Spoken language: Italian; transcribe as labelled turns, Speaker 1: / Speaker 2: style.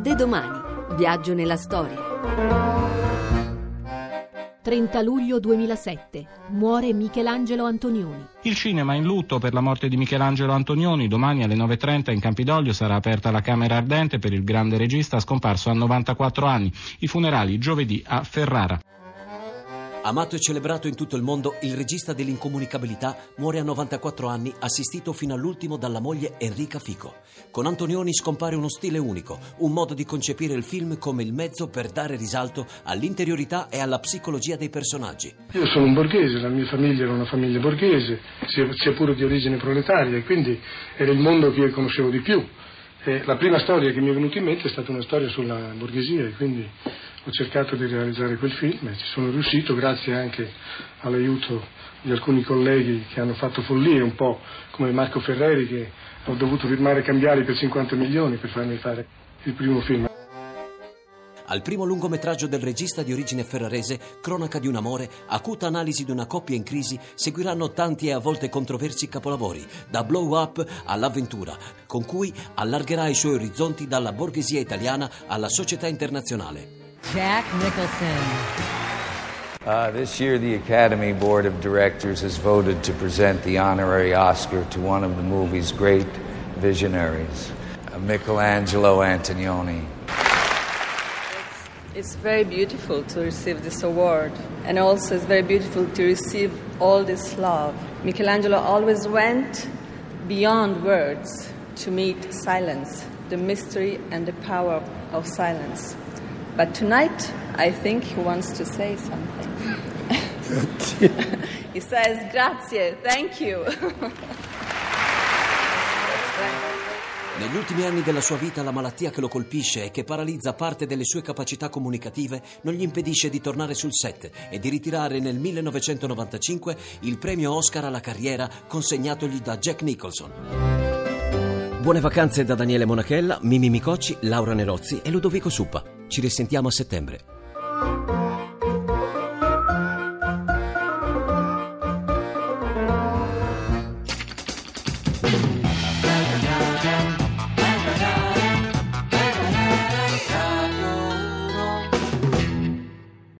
Speaker 1: De domani, viaggio nella storia.
Speaker 2: 30 luglio 2007. Muore Michelangelo Antonioni.
Speaker 3: Il cinema in lutto per la morte di Michelangelo Antonioni. Domani alle 9:30 in Campidoglio sarà aperta la Camera Ardente per il grande regista scomparso a 94 anni. I funerali giovedì a Ferrara.
Speaker 4: Amato e celebrato in tutto il mondo, il regista dell'incomunicabilità muore a 94 anni, assistito fino all'ultimo dalla moglie Enrica Fico. Con Antonioni scompare uno stile unico, un modo di concepire il film come il mezzo per dare risalto all'interiorità e alla psicologia dei personaggi.
Speaker 5: Io sono un borghese, la mia famiglia era una famiglia borghese, sia pure di origine proletaria, e quindi era il mondo che io conoscevo di più. E la prima storia che mi è venuta in mente è stata una storia sulla borghesia, e quindi ho cercato di realizzare quel film e ci sono riuscito grazie anche all'aiuto di alcuni colleghi che hanno fatto follie, un po' come Marco Ferreri, che ho dovuto firmare cambiali per 50 milioni per farmi fare il primo film.
Speaker 4: Al primo lungometraggio del regista di origine ferrarese, Cronaca di un amore, acuta analisi di una coppia in crisi, seguiranno tanti e a volte controversi capolavori, da Blow Up all'Avventura, con cui allargherà i suoi orizzonti dalla borghesia italiana alla società internazionale.
Speaker 2: Jack Nicholson.
Speaker 6: This year the Academy Board of Directors has voted to present the honorary Oscar to one of the movie's great visionaries, Michelangelo Antonioni.
Speaker 7: It's very beautiful to receive this award, and also it's very beautiful to receive all this love. Michelangelo always went beyond words to meet silence, the mystery and the power of silence. But tonight, I think he wants to say something. He says, grazie, thank you.
Speaker 4: Negli ultimi anni della sua vita la malattia che lo colpisce e che paralizza parte delle sue capacità comunicative non gli impedisce di tornare sul set e di ritirare nel 1995 il premio Oscar alla carriera consegnatogli da Jack Nicholson. Buone vacanze da Daniele Monachella, Mimì Micocci, Laura Nerozzi e Ludovico Suppa. Ci risentiamo a settembre.